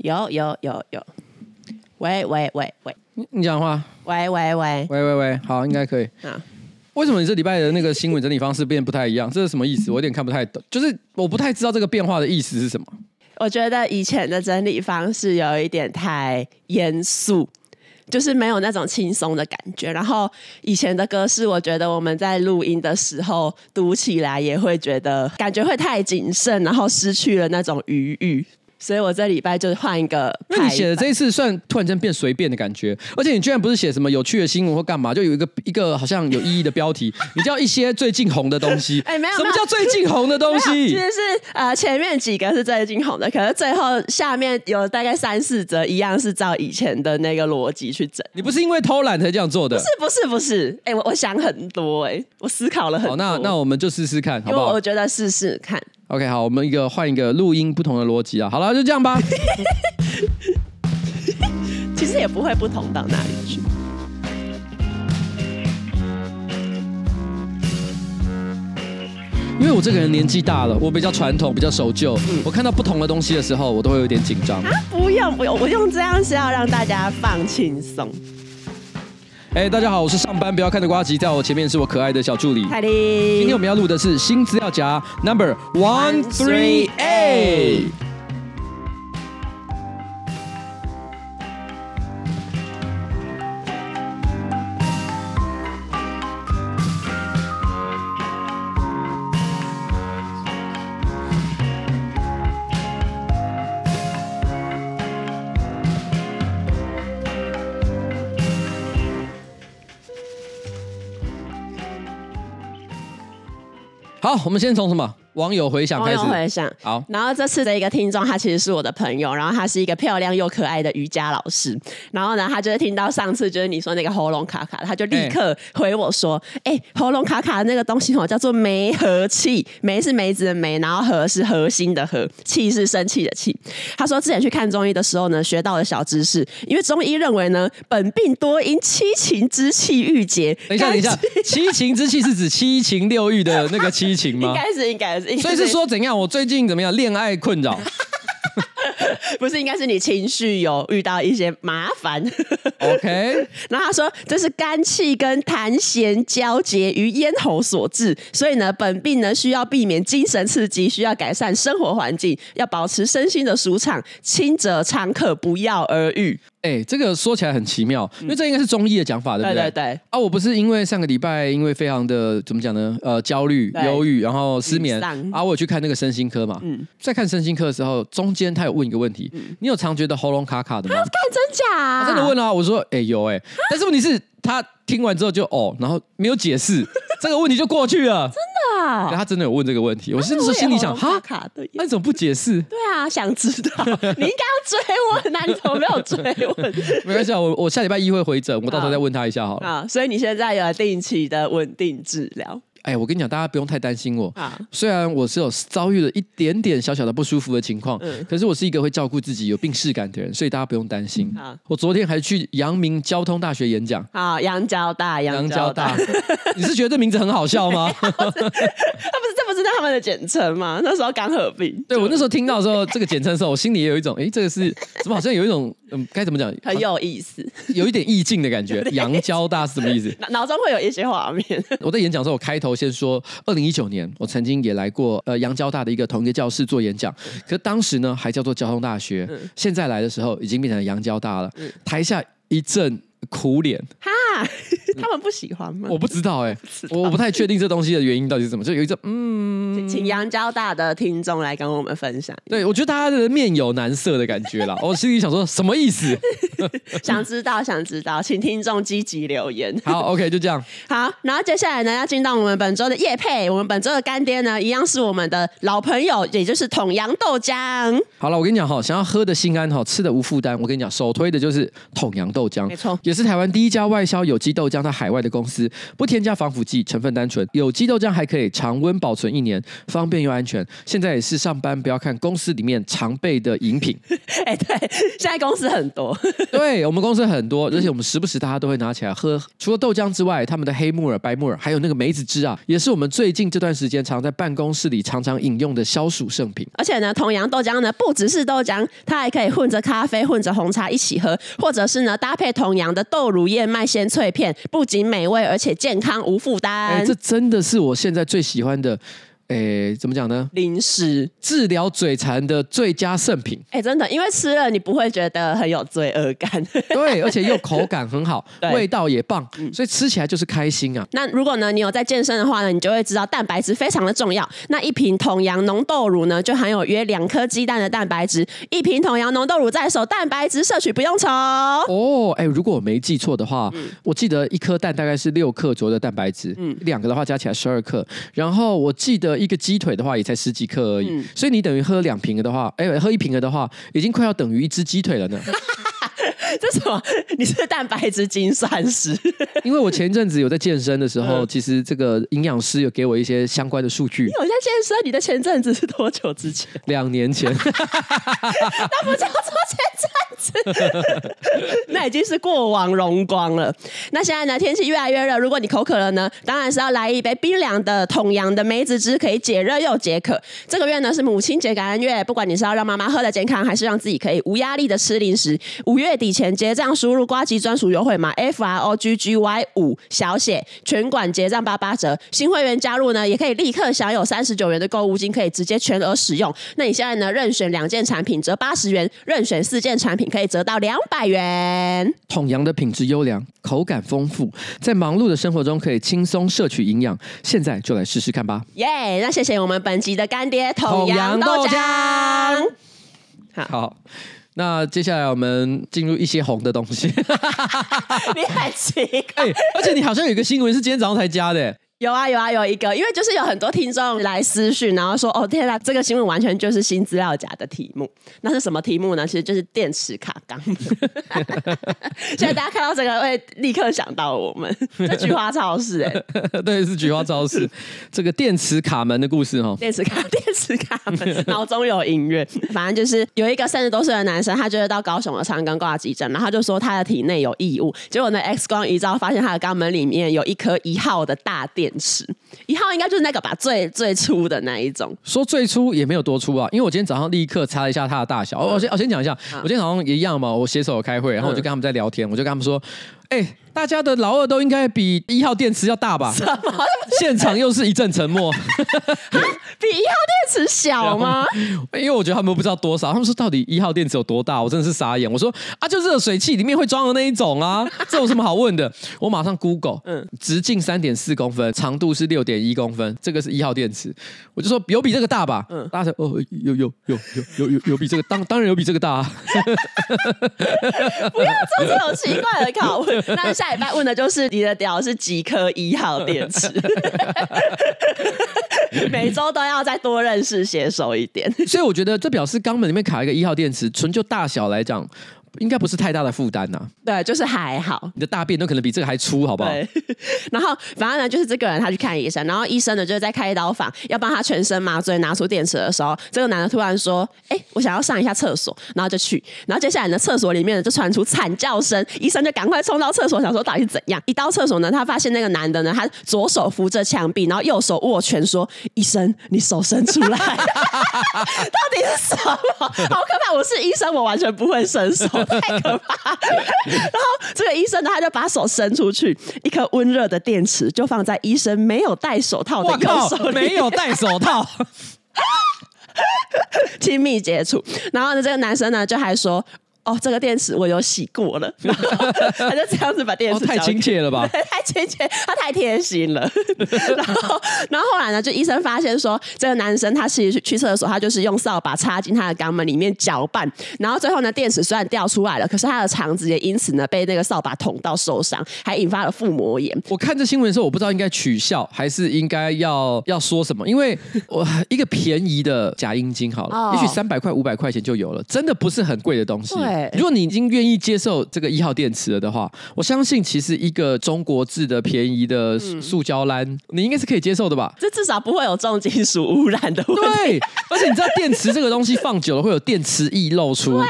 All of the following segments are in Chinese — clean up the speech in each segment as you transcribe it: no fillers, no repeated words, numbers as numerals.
有，喂， 你讲话，喂，好，应该可以。为什么你这礼拜的那个新闻整理方式变不太一样？这是什么意思？我有点看不太懂，就是我不太知道这个变化的意思是什么。 我觉得以前的整理方式有一点太严肃，就是没有那种轻松的感觉。然后以前的格式，我觉得我们在录音的时候读起来也会觉得感觉会太谨慎，然后失去了那种余裕。所以我这礼拜就换一个排版。 因为你写的这一次算突然间变随便的感觉，而且你居然不是写什么有趣的新闻或干嘛，就有一个好像有意义的标题，你叫一些最近红的东西。 没有， 什么叫最近红的东西？ 其实是前面几个是最近红的，可是最后下面有大概3-4则一样是照以前的那个逻辑去整。 你不是因为偷懒才这样做的？ 不是，我想很多，我思考了很多。 好，那我们就试试看，好不好？ 因为我觉得试试看。 OK， 好，我们换一个录音不同的逻辑啊。好了，就这样吧。 其实也不会不同到哪里去。 因为我这个人年纪大了，我比较传统，比较守旧。我看到不同的东西的时候，我都会有点紧张。 不用，我用这样是要让大家放轻松。 大家好，我是上班不要看的呱吉，在我前面是我可爱的小助理凯莉。 今天我们要录的是新资料夹 Number 13A。好，我们先从什么网友回响开始。 网友回响， 好。 然后这次的一个听众，他其实是我的朋友，然后他是一个漂亮又可爱的瑜伽老师。然后呢，他就是听到上次就是你说那个喉咙卡卡，他就立刻回我说：“喉咙卡卡的那个东西叫做梅核气，梅是梅子的梅，然后核是核心的核，气是生气的气。”他说之前去看中医的时候呢，学到了小知识，因为中医认为呢，本病多因七情之气郁结。 等一下，七情之气是指七情六欲的那个七情吗？ 应该是。 所以是说怎样？我最近怎么样？恋爱困扰？ 不是，应该是你情绪有遇到一些麻烦。 OK， 然后他说这是肝气跟痰涎交结于咽喉所致，所以呢，本病呢需要避免精神刺激，需要改善生活环境，要保持身心的舒畅，轻者常可不药而愈。 这个说起来很奇妙，因为这应该是中医的讲法，对不对？ 对。 我不是因为上个礼拜因为非常的怎么讲呢？焦虑、忧郁，然后失眠我有去看那个身心科嘛。在看身心科的时候，中间他有问一个问题：你有常觉得喉咙卡卡的吗？ 干真假？ 他真的问啊，我说有但是问题是他听完之后就然后没有解释，这个问题就过去了。真的啊？他真的有问这个问题，我那时候心里想哈，那你怎么不解释？ 对啊，想知道，你应该要追问，那你怎么没有追问？ 没关系啊，我下礼拜一会回诊，我到时候再问他一下好了。 所以你现在有定期的稳定治疗。 我跟你讲，大家不用太担心我。虽然我是有遭遇了一点点小小的不舒服的情况，可是我是一个会照顾自己、有病识感的人，所以大家不用担心。我昨天还去阳明交通大学演讲。 阳交大。 你是觉得这名字很好笑吗？ 这不是他们的简称吗？那时候刚合并。 对，我那时候听到的时候，这个简称的时候，我心里也有一种，这个是怎么好像有一种该怎么讲？ 很有意思， 有一点意境的感觉。阳交大是什么意思？ 脑中会有一些画面。 我在演讲的时候，我开头先说，2019年我曾经也来过阳交大的一个同一个教室做演讲，可是当时呢还叫做交通大学，现在来的时候已经变成阳交大了。台下一阵苦脸。 他们不喜欢吗？ 我不知道我不太确定这东西的原因到底是什么，就有一种请阳交大的听众来跟我们分享。 对，我觉得大家的面有难色的感觉啦。我心里想说什么意思？ 想知道，请听众积极留言。 好 ，OK， 就这样。 好，然后接下来呢，要进到我们本周的业配。我们本周的干爹呢，一样是我们的老朋友，也就是统阳豆浆。 好了，我跟你讲想要喝的心安吃的无负担，我跟你讲，首推的就是统阳豆浆， 没错， 也是台湾第一家外销有机豆浆到海外的公司，不添加防腐剂，成分单纯，有机豆浆还可以常温保存1年，方便又安全。现在也是上班不要看公司里面常备的饮品。 对，现在公司很多。 对，我们公司很多，而且我们时不时大家都会拿起来喝。除了豆浆之外，他们的黑木耳、白木耳，还有那个梅子汁啊，也是我们最近这段时间常在办公室里常常饮用的消暑圣品。 而且呢，同阳豆浆呢，不只是豆浆，它还可以混着咖啡、混着红茶一起喝，或者是呢搭配同阳的豆乳燕麦鲜脆片，不仅美味，而且健康无负担。 这真的是我现在最喜欢的。怎么讲呢？ 零食治疗嘴馋的最佳圣品。 真的，因为吃了你不会觉得很有罪恶感。 对，而且又口感很好，味道也棒，所以吃起来就是开心啊。 那如果呢你有在健身的话呢，你就会知道蛋白质非常的重要。那一瓶统阳浓豆乳呢，就含有约2颗鸡蛋的蛋白质。一瓶统阳浓豆乳在手，蛋白质摄取不用愁。 如果我没记错的话，我记得1颗蛋大概是6克左右的蛋白质，2个的话加起来12克。然后我记得一个鸡腿的话也才10几克而已，所以你等于喝2瓶的话，喝1瓶的话，已经快要等于1只鸡腿了呢。 这什么？你是蛋白质精算师？ 因为我前一阵子有在健身的时候，其实这个营养师有给我一些相关的数据。 你有在健身？你的前阵子是多久之前 ？2年前。 那不叫做前阵子，那已经是过往荣光了。那现在呢，天气越来越热，如果你口渴了呢，当然是要来一杯冰凉的统阳的梅子汁，可以解热又解渴。这个月呢是母亲节感恩月，不管你是要让妈妈喝的健康，还是让自己可以无压力的吃零食，5月底前结账输入呱吉专属优惠码 FROGGY5小写，全馆结账88折。新会员加入呢，也可以立刻享有39元的购物金，可以直接全额使用。那你现在呢，任选2件产品折80元，任选4件产品可以折到200元。 统阳的品质优良，口感丰富，在忙碌的生活中可以轻松摄取营养。现在就来试试看吧！ 耶！那谢谢我们本集的干爹统阳豆浆。 好。那接下来我们进入一些红的东西。 你很奇怪， 而且你好像有一个新闻是今天早上才加的。 有一个，因为就是有很多听众来私讯，然后说天啊，这个新闻完全就是新资料夹的题目。那是什么题目呢？其实就是电池卡钢。现在大家看到这个会立刻想到我们这菊花超市。 对，是菊花超市。这个电池卡门的故事电池卡门，脑中有音乐。反正就是有一个30多岁的男生，他就是到高雄的长庚挂急诊，然后他就说他的体内有异物，结果呢 X 光仪照发现他的肛门里面有一颗1号的大电池。1号应该就是那个吧，最粗的那一种。说最粗也没有多粗啊，因为我今天早上立刻查了一下它的大小。我先讲一下，我今天早上也一样嘛，我携手有开会，然后我就跟他们在聊天，我就跟他们说，大家的老二都应该比1号电池要大吧？ 什么？ 现场又是一阵沉默。 比1号电池小吗？ 因为我觉得他们不知道多少，他们说到底1号电池有多大，我真的是傻眼。我说就热水器里面会装的那一种啊，这有什么好问的？我马上 Google，直径3.4公分，长度是6.1公分，这个是1号电池。我就说有比这个大吧？大家说有比这个当然有比这个大。 不要做这种奇怪的拷问。那下礼拜问的就是你的屌是几颗1号电池？每周都要再多认识写手一点。 所以我觉得这表示肛门里面卡一个1号电池，纯就大小来讲，应该不是太大的负担呐。 对，就是还好。 你的大便都可能比这个还粗，好不好？ 对。然后反正呢，就是这个人他去看医生，然后医生呢就是在开刀房要帮他全身麻醉拿出电池的时候，这个男的突然说：“我想要上一下厕所。”然后就去，然后接下来呢，厕所里面呢就传出惨叫声，医生就赶快冲到厕所，想说到底是怎样。一到厕所呢，他发现那个男的呢，他左手扶着墙壁，然后右手握拳，说：“医生，你手伸出来。”到底是什么？好可怕！我是医生，我完全不会伸手。太可怕了。然后这个医生呢，他就把手伸出去，一颗温热的电池就放在医生没有戴手套的右手里。 没有戴手套。 亲密接触。然后呢，这个男生呢就还说：“这个电池我有洗过了。”然后他就这样子把电池太亲切了吧？ 太亲切，他太贴心了。然后后来呢，就医生发现说，这个男生他其实去厕所，他就是用扫把插进他的肛门里面搅拌，然后最后呢，电池虽然掉出来了，可是他的肠子也因此呢被那个扫把捅到受伤，还引发了腹膜炎。 我看这新闻的时候，我不知道应该取笑还是应该要说什么，因为我一个便宜的假阴茎好了，也许300块、500块钱就有了，真的不是很贵的东西。如果你已经愿意接受这个1号电池了的话，我相信其实一个中国制的便宜的塑胶篮，你应该是可以接受的吧？ 这至少不会有重金属污染的问题。 对，而且你知道电池这个东西放久了会有电池液漏出。 对啊。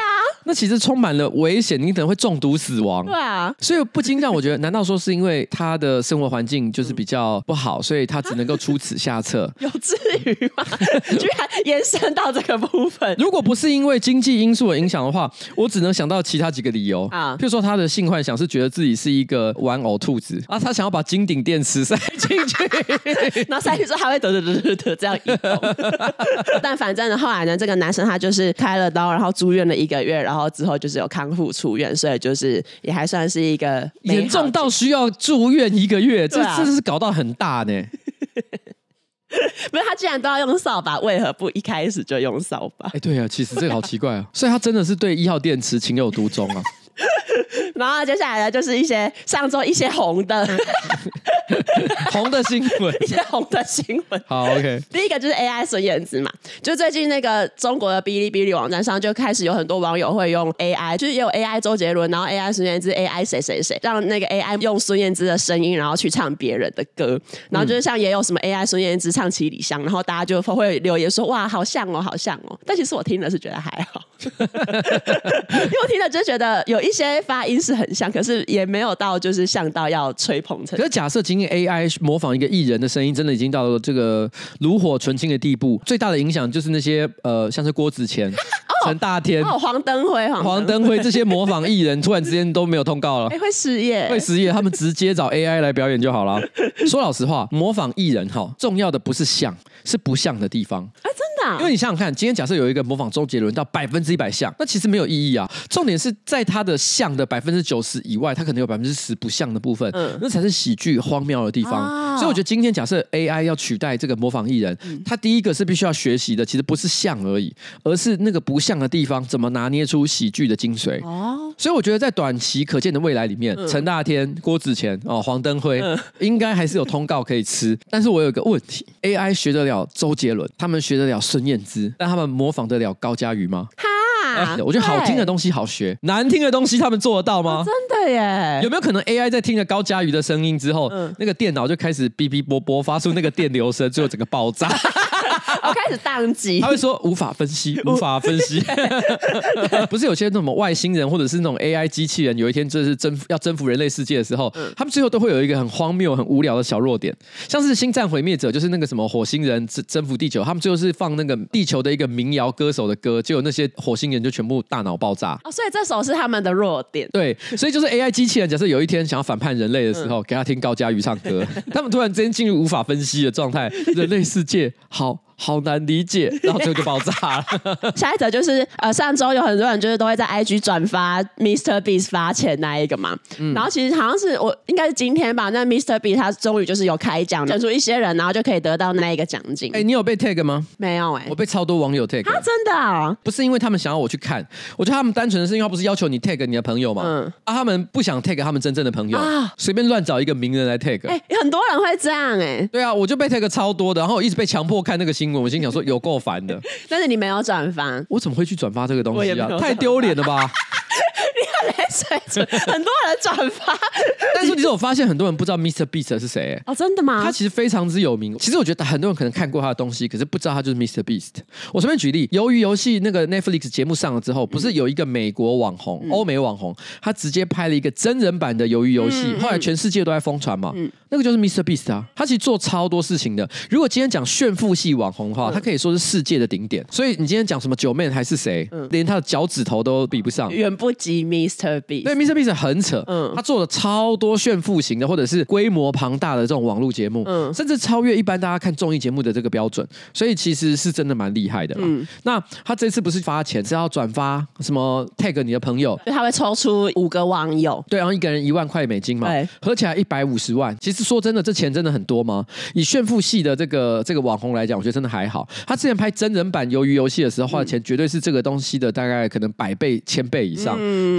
那其实充满了危险，你可能会中毒死亡。 对啊， 所以不禁让我觉得，难道说是因为他的生活环境就是比较不好，所以他只能够出此下策？ 有至于吗？居然延伸到这个部分。 如果不是因为经济因素的影响的话，我只能想到其他几个理由啊，譬如说他的性幻想是觉得自己是一个玩偶兔子啊，他想要把金顶电池塞进去， 然后塞进去之后还会得这样移动。但反正呢，后来呢，这个男生他就是开了刀，然后住院了1个月，然后之后就是有康复出院，所以就是也还算是一个严重到需要住院1个月，这真的是搞到很大呢。 不是他既然都要用扫把，为何不一开始就用扫把？ 对啊，其实这个好奇怪啊，所以他真的是对1号电池情有独钟啊。 然后接下来呢，就是上周一些红的红的新闻， 一些红的新闻。 好 ，OK。 第一个就是 AI 孙燕姿嘛，就最近那个中国的哔哩哔哩网站上就开始有很多网友会用 AI， 就是也有 AI 周杰伦，然后 AI 孙燕姿 ，AI 谁谁谁，让那个 AI 用孙燕姿的声音，然后去唱别人的歌，然后就是像也有什么 AI 孙燕姿唱七里香，然后大家就会留言说哇，好像哦，好像哦。但其实我听了是觉得还好，因为我听了就觉得有一些发音是很像，可是也没有到就是像到要吹捧成。 可是假设今天 AI 模仿一个艺人的声音，真的已经到了这个炉火纯青的地步，最大的影响就是那些像是郭子乾、陈大天、 黄登辉这些模仿艺人，突然之间都没有通告了， 会失业， 他们直接找 AI 来表演就好了。说老实话，模仿艺人重要的不是像，是不像的地方啊， 真的啊。 因为你想想看，今天假设有一个模仿周杰伦到100%像，那其实没有意义啊。重点是在他的像的90%以外，他可能有10%不像的部分，那才是喜剧荒谬的地方。所以我觉得今天假设 AI 要取代这个模仿艺人，他第一个是必须要学习的，其实不是像而已，而是那个不像的地方怎么拿捏出喜剧的精髓。所以我觉得在短期可见的未来里面，陈大天、郭子乾、黄登辉应该还是有通告可以吃。但是我有一个问题 ，AI 学得了周杰伦，他们学得了孙燕姿，但他们模仿得了高嘉瑜吗？我觉得好听的东西好学，难听的东西他们做得到吗？ 真的耶！ 有没有可能 AI 在听了高嘉瑜的声音之后，那个电脑就开始哔哔啵啵发出那个电流声，最后整个爆炸？ 我开始宕机， 他会说无法分析，无法分析。不是有些那种外星人或者是那种 AI 机器人，有一天就是要征服人类世界的时候，他们最后都会有一个很荒谬、很无聊的小弱点，像是《星战毁灭者》，就是那个什么火星人征服地球，他们最后是放那个地球的一个民谣歌手的歌，结果那些火星人就全部大脑爆炸。 所以这首是他们的弱点。 对，所以就是 AI 机器人，假设有一天想要反叛人类的时候，给他听高嘉瑜唱歌，他们突然之间进入无法分析的状态，人类世界好难理解，然后最后就爆炸了。 下一则就是上周有很多人就是都会在 IG 转发 MrBeast 发钱那一个嘛，然后其实好像是应该是今天吧，那 MrBeast 他终于就是有开奖，选出一些人，然后就可以得到那一个奖金。 你有被 tag 吗？ 没有我被超多网友 tag。 真的啊？ 不是因为他们想要我去看，我觉得他们单纯的是因为他不是要求你 tag 你的朋友嘛，他们不想 tag 他们真正的朋友，随便乱找一个名人来 tag。 很多人会这样对啊，我就被 tag 超多的，然后我一直被强迫看那个新闻，我心想说有够烦的。 但是你没有转发， 我怎么会去转发这个东西啊？太丢脸了吧！ 你很没水准，很多人转发。 但是其实我发现很多人不知道 MrBeast 是谁。 真的吗？ 他其实非常之有名。其实我觉得很多人可能看过他的东西，可是不知道他就是 MrBeast。我随便举例，鱿鱼游戏那个 Netflix 节目上了之后，不是有一个美国网红、欧美网红，他直接拍了一个真人版的鱿鱼游戏，后来全世界都在疯传嘛。那个就是 MrBeast 啊，他其实做超多事情的。如果今天讲炫富系网红的话，他可以说是世界的顶点。所以你今天讲什么9man还是谁，连他的脚趾头都比不上， 远不及 MrBeast。 对 ，MrBeast 很扯，他做了超多炫富型的或者是规模庞大的这种网络节目，甚至超越一般大家看综艺节目的这个标准。所以其实是真的蛮厉害的啦。那他这次不是发钱，是要转发什么 tag 你的朋友， 他会抽出5个网友， 对，然后一个人1万块美金嘛，合起来150万。其实说真的，这钱真的很多吗？以炫富系的这个网红来讲，我觉得真的还好。他之前拍真人版鱿鱼游戏的时候花的钱，绝对是这个东西的大概可能100倍、1000倍以上。不过这个奖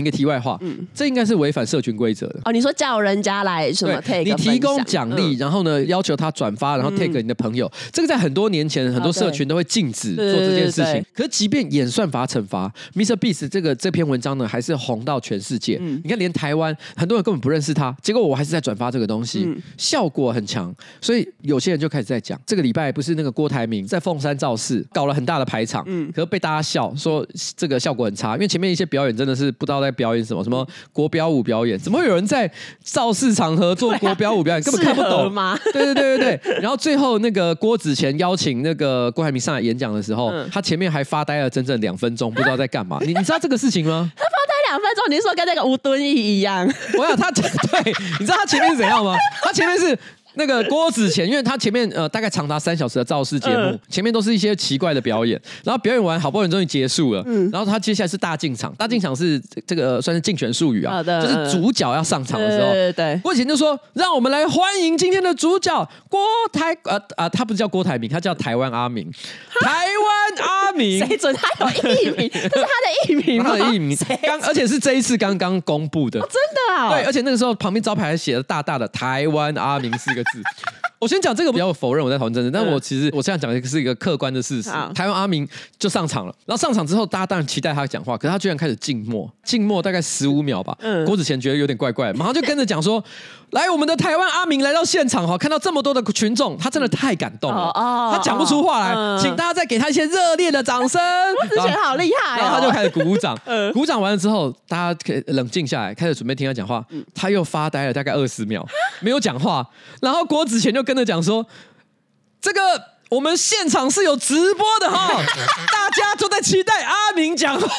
一个题外话，这应该是违反社群规则的。 哦，你说叫人家来什么 take 你提供奖励，然后呢要求他转发，然后 take 你的朋友，这个在很多年前很多社群都会禁止做这件事情。可是即便演算法惩罚 ，MrBeast 这篇文章呢还是红到全世界。你看，连台湾很多人根本不认识他，结果我还是在转发这个东西，效果很强。所以有些人就开始在讲，这个礼拜不是那个郭台铭在凤山造势搞了很大的排场，可是被大家笑说这个效果很差，因为前面一些表演真的是不知道在表演什么，什么国标舞表演，怎么会有人在造势场合做国标舞表演，根本看不懂吗？ 对。然后最后那个郭子乾邀请那个郭台铭上来演讲的时候，他前面还发呆了整整2分钟，不知道在干嘛。你知道这个事情吗？ 他发呆2分钟，你是说跟那个吴敦义一样？ 我想对，你知道他前面是怎样吗？他前面是。那个郭子乾，因为他前面大概长达3小时的造势节目，前面都是一些奇怪的表演，然后表演完好不容易终于结束了，然后他接下来是大进场，大进场是这个算是竞选术语啊，就是主角要上场的时候， 对， 郭子乾就说：“让我们来欢迎今天的主角他不是叫郭台铭，他叫台湾阿明，台湾阿明， 谁准他有艺名？这是他的艺名吗？ 他的艺名，而且是这一次刚刚公布的， 真的啊？ 对，而且那个时候旁边招牌还写了大大的台湾阿明4个字。我先讲这个，不要否认我在讨论政治，但我其实我现在讲的是一个客观的事实。台湾阿明就上场了，然后上场之后，大家当然期待他讲话，可是他居然开始静默大概15秒吧。郭子乾觉得有点怪怪，马上就跟着讲说：“来，我们的台湾阿明来到现场哈，看到这么多的群众，他真的太感动了，他讲不出话来，请大家再给他一些热烈的掌声。” 郭子乾好厉害， 然后他就开始鼓掌，鼓掌完了之后，大家可以冷静下来，开始准备听他讲话。他又发呆了大概20秒，没有讲话，然后郭子乾就跟着讲说：“这个我们现场是有直播的哈，大家都在期待阿明讲话。”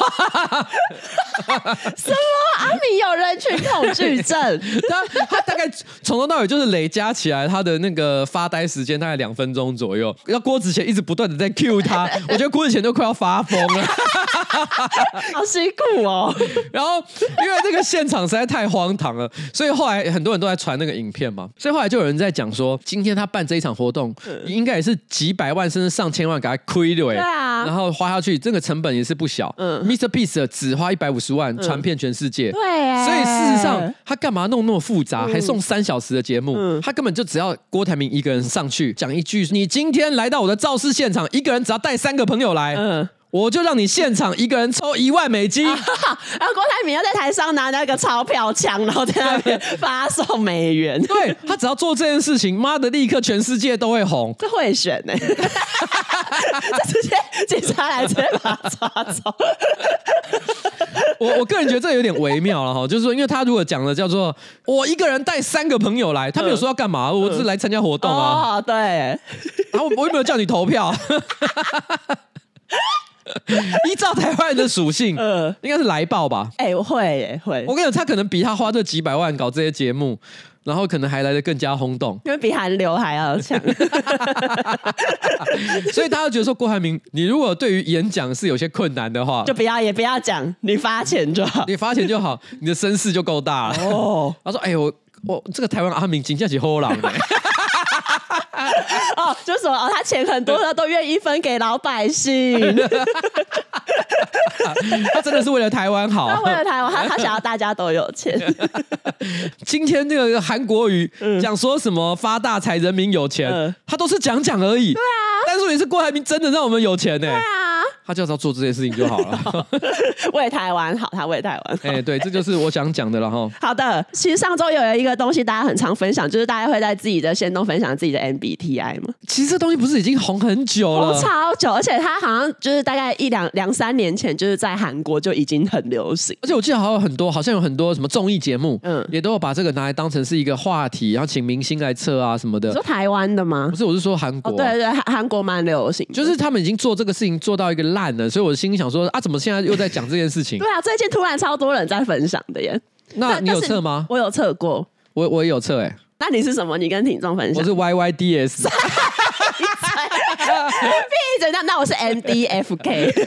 什么？阿明有人群恐惧症？ 他大概从头到尾就是累加起来他的那个发呆时间大概2分钟左右，然后郭子乾一直不断的在 cue 他，我觉得郭子乾都快要发疯了。 好辛苦哦。 然后因为这个现场实在太荒唐了，所以后来很多人都在传那个影片嘛，所以后来就有人在讲说，今天他办这一场活动，应该也是几百万甚至上千万给他亏了， 对啊， 然后花下去，这个成本也是不小。MrBeast 只花150万传遍全世界， 对， 所以事实上他干嘛弄那么复杂，还送3小时的节目？他根本就只要郭台铭一个人上去讲一句：“你今天来到我的造势现场，一个人只要带3个朋友来。”我就让你现场一个人抽1万美金，然后郭台铭要在台上拿那个钞票枪，然后在那边发送美元。 对，他只要做这件事情，妈的，立刻全世界都会红。 这会选呢、这直接警察来直接把他抓走。 我个人觉得这有点微妙了哈，就是说，因为他如果讲的叫做我一个人带3个朋友来，他没有说要干嘛，我只是来参加活动啊。 对，然后我有没有叫你投票？依照台湾人的属性，应该是来报吧？ 会。 我跟你讲，他可能比他花这几百万搞这些节目，然后可能还来得更加轰动， 因为比韩流还要强。 所以大家觉得说，郭台铭，你如果对于演讲是有些困难的话， 就不要讲，你发钱就好， 你的声势就够大了。哦，他说：“哎，我这个台湾阿明真的是好人。” 就是说他钱很多的都愿意分给老百姓。 他真的是为了台湾好， 他为了台湾，他想要大家都有钱。 今天这个韩国瑜讲说什么发大财，人民有钱，他都是讲而已。对啊，但是也是郭台铭真的让我们有钱呢。对啊，他就要做这些事情就好了。 为台湾好，他为台湾好。 对，这就是我想讲的了哈。 好的，其实上周有一个东西大家很常分享，就是大家会在自己的限动分享自己的 MBTI 嘛。 其实这东西不是已经红很久了， 超久，而且它好像就是大概2-3年前，就是在韩国就已经很流行。 而且我记得好像有很多什么综艺节目，也都有把这个拿来当成是一个话题，然后请明星来测啊什么的。 你说台湾的吗？ 不是，我是说韩国。 对，韩国蛮流行， 就是他们已经做这个事情做到一个烂了，所以我心里想说啊，怎么现在又在讲这件事情？ 对啊，最近突然超多人在分享的耶。 那你有测吗？ 我有测过， 我也有测哎。 那你是什么？你跟听众分享？ 我是 YYDS。 闭嘴！那我是 MDFK。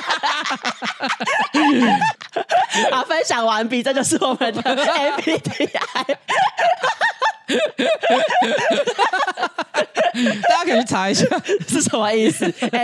好，分享完毕，这就是我们的 MBTI。 大家可以去查一下是什么意思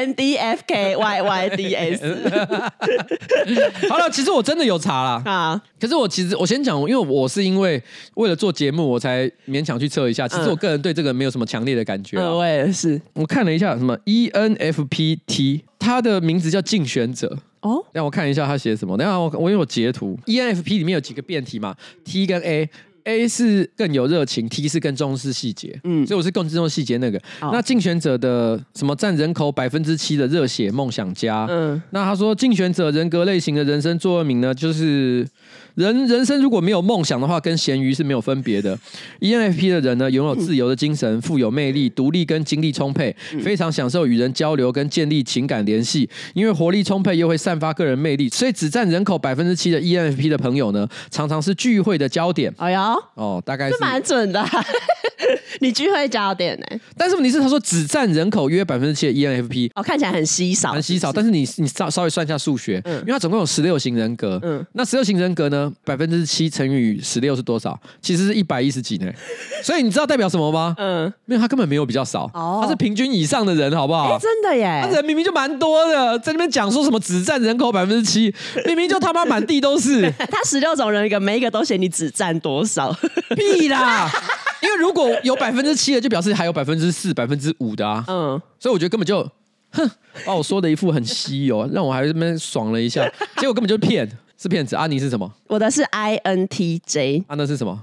？NDFKYYDS 好了，其实我真的有查啦啊。 可是我先讲，因为我是因为为了做节目，我才勉强去测一下。其实我个人对这个没有什么强烈的感觉。 我也是。 我看了一下什么 ENFPT， 它的名字叫竞选者。哦，让我看一下他写什么。等一下我有截图。ENFP 里面有几个变体嘛 ？T 跟 A。A 是更有热情 ，T 是更重视细节，所以我是更注重细节那个。那竞选者的什么占人口7%的热血梦想家，那他说竞选者人格类型的人生座右铭呢，就是人生如果没有梦想的话，跟咸鱼是没有分别的。ENFP 的人呢，拥有自由的精神，富有魅力，独立跟精力充沛，非常享受与人交流跟建立情感联系，因为活力充沛又会散发个人魅力，所以只占人口7%的 ENFP 的朋友呢，常常是聚会的焦点。 哎呀。 哦，大概是蛮准的、你聚会焦点呢？ 但是问题是，他说只占人口约7%的 ENFP， 看起来很稀少， 很稀少。但是你稍微算一下数学，因为它总共有16型人格，那16型人格呢，7%乘以16是多少？其实是110几呢。所以你知道代表什么吗？没有，他根本没有比较少，他是平均以上的人，好不好？ 真的耶， 他人明明就蛮多的，在那边讲说什么只占人口7%，明明就他妈满地都是。 他16种人格，每一个都写你只占多少。 屁啦！因为如果有7%的，就表示还有4%、5%的啊。所以我觉得根本就，把我说的一副很稀有，让我还在那边爽了一下，结果根本就是骗子。你是什么？ 我的是 INTJ。 那是什么？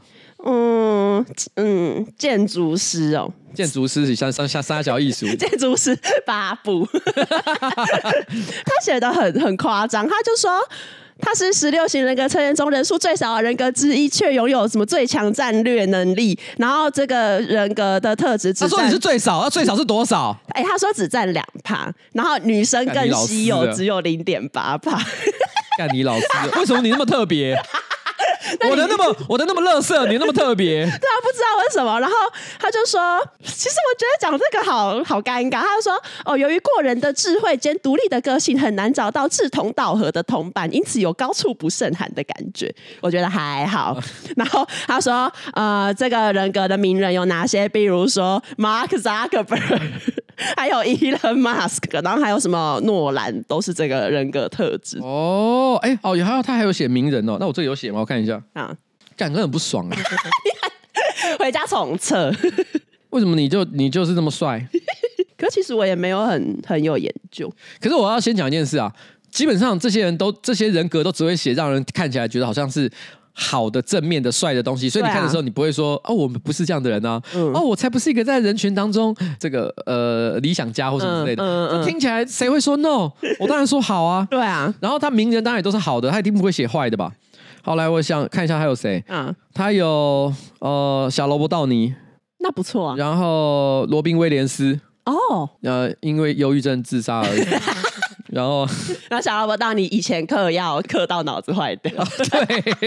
建筑师哦。 建筑师是三小艺术。 建筑师8部。他写的很夸张，他就说。他是16型人格成员中人数最少的人格之一，却拥有什么最强战略能力。然后这个人格的特质只占， 他说你是最少，那最少是多少？ 他说只占2%，然后女生更稀有，只有0.8%。 干你老师，为什么你那么特别？我的那么垃圾，你那么特别，对啊，不知道为什么。然后他就说，其实我觉得讲这个好尴尬。他就说，由于过人的智慧兼独立的个性，很难找到志同道合的同伴，因此有高处不胜寒的感觉。我觉得还好。然后他说，这个人格的名人有哪些？比如说 Mark Zuckerberg。还有 Elon Musk， 然后还有什么诺兰，都是这个人格特质。 他还有写名人哦。那我这里有写吗？我看一下啊，感觉很不爽啊。 回家重测。 为什么你就是这么帅？ 可其实我也没有很有研究。 可是我要先讲一件事啊，基本上这些人格都只会写让人看起来觉得好像是。好的正面的帅的东西，所以你看的时候，你不会说我们不是这样的人啊，我才不是一个在人群当中这个理想家或什么之类的。听起来谁会说 no？ 我当然说好啊。 对啊， 然后他名人当然也都是好的，他一定不会写坏的吧？好，来我想看一下还有谁。他有小罗伯道尼， 那不错啊。 然后罗宾威廉斯因为忧郁症自杀而已。然后小罗伯道尼以前要嗑到脑子坏掉。 对。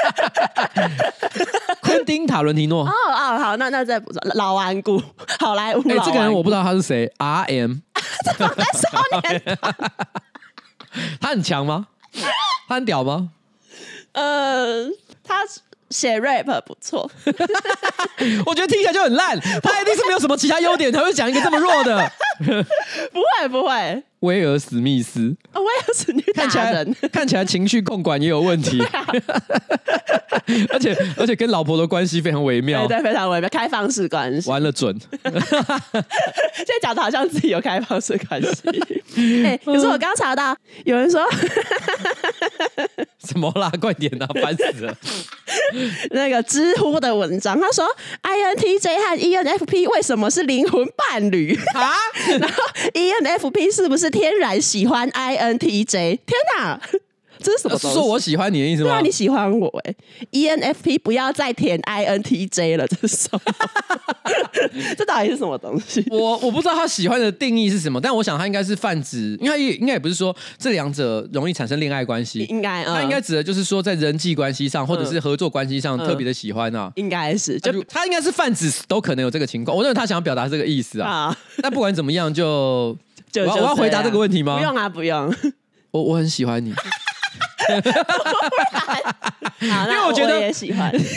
昆汀塔伦提诺。 好，那这不错。老顽固，好莱坞。 这个人我不知道他是谁。RM。 这种在少年团。 他很强吗？他很屌吗？ 他写 rap 不错。 我觉得听起来就很烂。他一定是没有什么其他优点才会讲一个这么弱的。 不会。 威尔史密斯。 威尔史密斯看起来情绪控管也有问题。而且跟老婆的关系非常微妙。 对，非常微妙，开放式关系。 完了准。 现在讲的好像自己有开放式关系。可是我刚查到有人说什么啦？快点啊，烦死了。 那个知乎的文章，他说 INTJ 和 ENFP 为什么是灵魂伴侣啊？然后 ENFP 是不是天然喜欢 INTJ？ 天哪！这是什么东西？ 是说我喜欢你的意思吗？ 对啊，你喜欢我ENFP 不要再填 INTJ 了，这是什么？这到底是什么东西？ 我不知道他喜欢的定义是什么，但我想他应该是泛指，因为他应该也不是说这两者容易产生恋爱关系，他应该指的就是说在人际关系上或者是合作关系上特别的喜欢啊， 应该是他应该是泛指都可能有这个情况，我认为他想要表达这个意思啊。但不管怎么样，我要回答这个问题吗？ 不用啊，不用。 我很喜欢你。 好，因为我觉得也喜欢。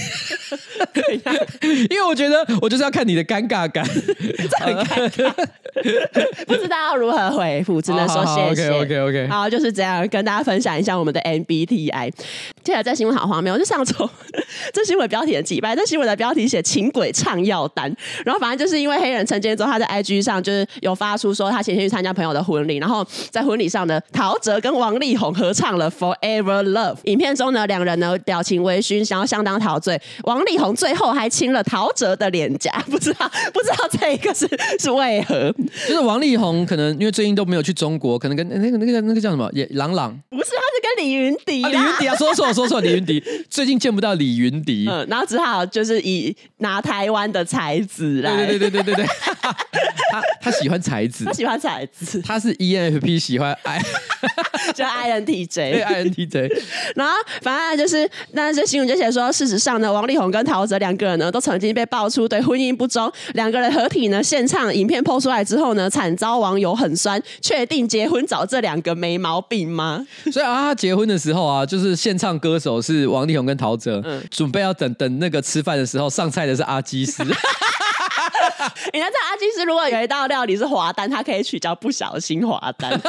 因为我觉得我就是要看你的尴尬感， 这很尴尬，不知道要如何回复，只能说谢谢。 OK， 好，就是这样跟大家分享一下我们的 MBTI。接下来这新闻好荒谬，就上周这新闻标题很奇怪，这新闻的标题写请鬼唱药单，然后反正就是因为黑人陈建州他在 IG 上就是有发出说他前天去参加朋友的婚礼，然后在婚礼上呢，陶喆跟王力宏合唱了 Forever Love。影片中呢，两人呢表情微醺，想要相当陶醉。王力宏最后还亲了陶喆的脸颊，不知道这一个是为何？ 就是王力宏可能因为最近都没有去中国，可能跟那个叫什么郎朗， 不是，他是跟李云迪啦。 李云迪啊，说错，李云迪最近见不到李云迪， 然后只好就是拿台湾的才子来， 对，他喜欢才子， 他是 ENFP 喜欢就 INTJ， 对 INTJ。 然后反正就是那这新闻就写说，事实上呢，王力宏跟陶喆两个人呢都曾经被爆出对婚姻不忠，两个人合体呢献唱影片 PO 出来之后呢，惨遭网友很酸，确定结婚找这两个没毛病吗？ 所以他结婚的时候啊，就是献唱歌手是王力宏跟陶喆，准备要等那个吃饭的时候，上菜的是阿基斯。 你看这阿基斯如果有一道料理是滑蛋，他可以取叫不小心滑蛋。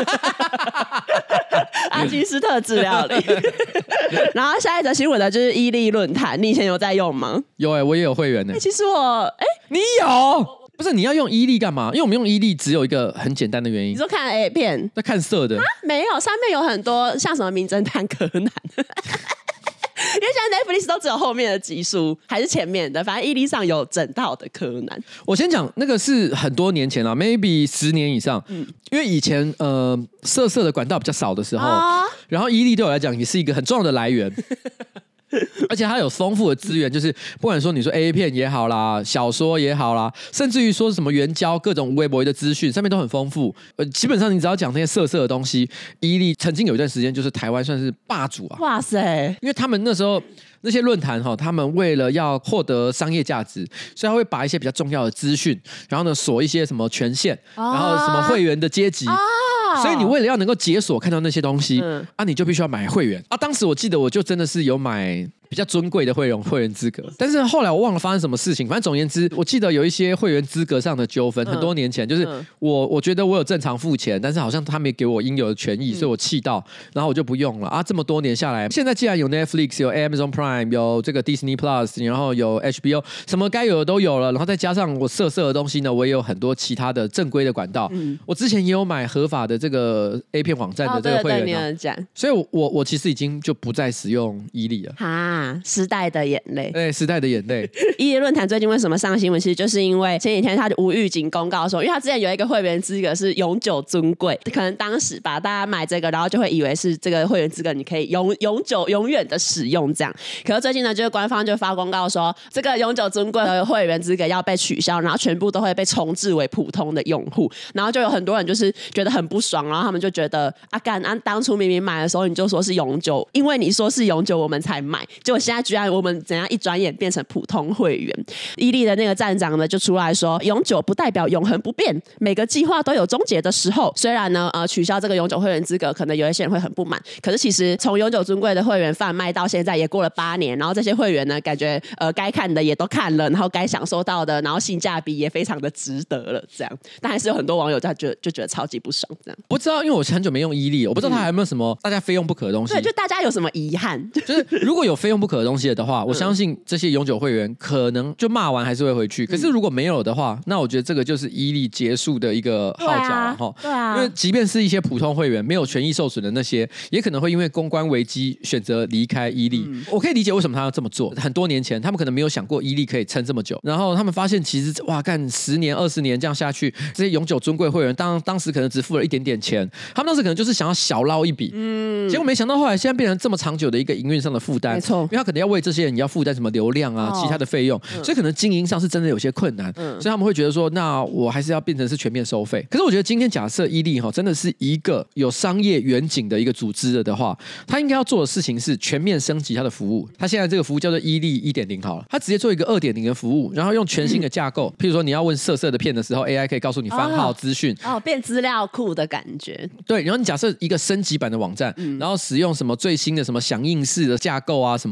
阿基斯特制料理。然后下一则新闻呢，就是伊利论坛，你以前有在用吗？ 有我也有会员其实你有？不是，你要用伊利干嘛？因为我们用伊利只有一个很简单的原因。 你说看 A 片？ 在看色的没有，上面有很多像什么名侦探柯南。因为现在 Netflix 都只有后面的集数，还是前面的，反正伊利上有整套的柯南。 我先讲那个是很多年前了 ，maybe 10年以上。因为以前色的管道比较少的时候，然后伊利对我来讲也是一个很重要的来源。而且它有丰富的资源，就是不管说你说 A 片也好啦，小说也好啦，甚至于说什么援交各种微博的资讯，上面都很丰富。基本上你只要讲那些色的东西，伊利曾经有一段时间就是台湾算是霸主啊！ 哇塞！ 因为他们那时候那些论坛他们为了要获得商业价值，所以他会把一些比较重要的资讯，然后呢锁一些什么权限，然后什么会员的阶级。所以你为了要能够解锁看到那些东西，你就必须要买会员啊。当时我记得我就真的是有买比较尊贵的会员资格，但是后来我忘了发生什么事情。反正总而言之，我记得有一些会员资格上的纠纷，很多年前就是我觉得我有正常付钱，但是好像他没给我应有的权益，所以我气到，然后我就不用了啊。这么多年下来，现在既然有 Netflix、有 Amazon Prime、有这个 Disney Plus， 然后有 HBO， 什么该有的都有了，然后再加上我色的东西呢，我也有很多其他的正规的管道。我之前也有买合法的这个 A 片网站的这个会员，所以我其实已经就不再使用伊利了。 时代的眼泪， 对，时代的眼泪。 伊利论坛最近为什么上新闻？其实就是因为前几天他就无预警公告说，因为他之前有一个会员资格是永久尊贵，可能当时吧，大家买这个，然后就会以为是这个会员资格，你可以永久永远的使用这样。可是最近呢，就是官方就发公告说，这个永久尊贵的会员资格要被取消，然后全部都会被重置为普通的用户，然后就有很多人就是觉得很不爽，然后他们就觉得当初明明买的时候你就说是永久，因为你说是永久我们才买，结果现在居然我们怎样一转眼变成普通会员。伊利的那个站长呢就出来说，永久不代表永恒不变，每个计划都有终结的时候。虽然呢取消这个永久会员资格可能有一些人会很不满，可是其实从永久尊贵的会员贩卖到现在也过了8年，然后这些会员呢感觉该看的也都看了，然后该享受到的，然后性价比也非常的值得了这样。但还是有很多网友就觉得超级不爽这样。 不知道，因为我很久没用伊利，我不知道他还有没有什么大家非用不可的东西。 对，就大家有什么遗憾？ 就是如果有非用不可的东西的话，我相信这些永久会员可能就骂完还是会回去。可是如果没有的话，那我觉得这个就是伊利结束的一个号角对啊， 因为即便是一些普通会员没有权益受损的那些，也可能会因为公关危机选择离开伊利。我可以理解为什么他要这么做。很多年前他们可能没有想过伊利可以撑这么久，然后他们发现其实干10年20年这样下去，这些永久尊贵会员当时可能只付了一点点钱，他们当时可能就是想要小捞一笔，结果没想到后来现在变成这么长久的一个营运上的负担。 没错， 因为他可能要为这些人要负担什么流量啊、其他的费用，所以可能经营上是真的有些困难，所以他们会觉得说，那我还是要变成是全面收费。可是我觉得今天假设伊利真的是一个有商业远景的一个组织了的话，他应该要做的事情是全面升级他的服务。他现在这个服务叫做伊利 1.0 好了，他直接做一个2.0的服务，然后用全新的架构，譬如说你要问色的片的时候 AI 可以告诉你番号资讯， 变资料库的感觉。 对，然后你假设一个升级版的网站，然后使用什么最新的什么响应式的架构啊什么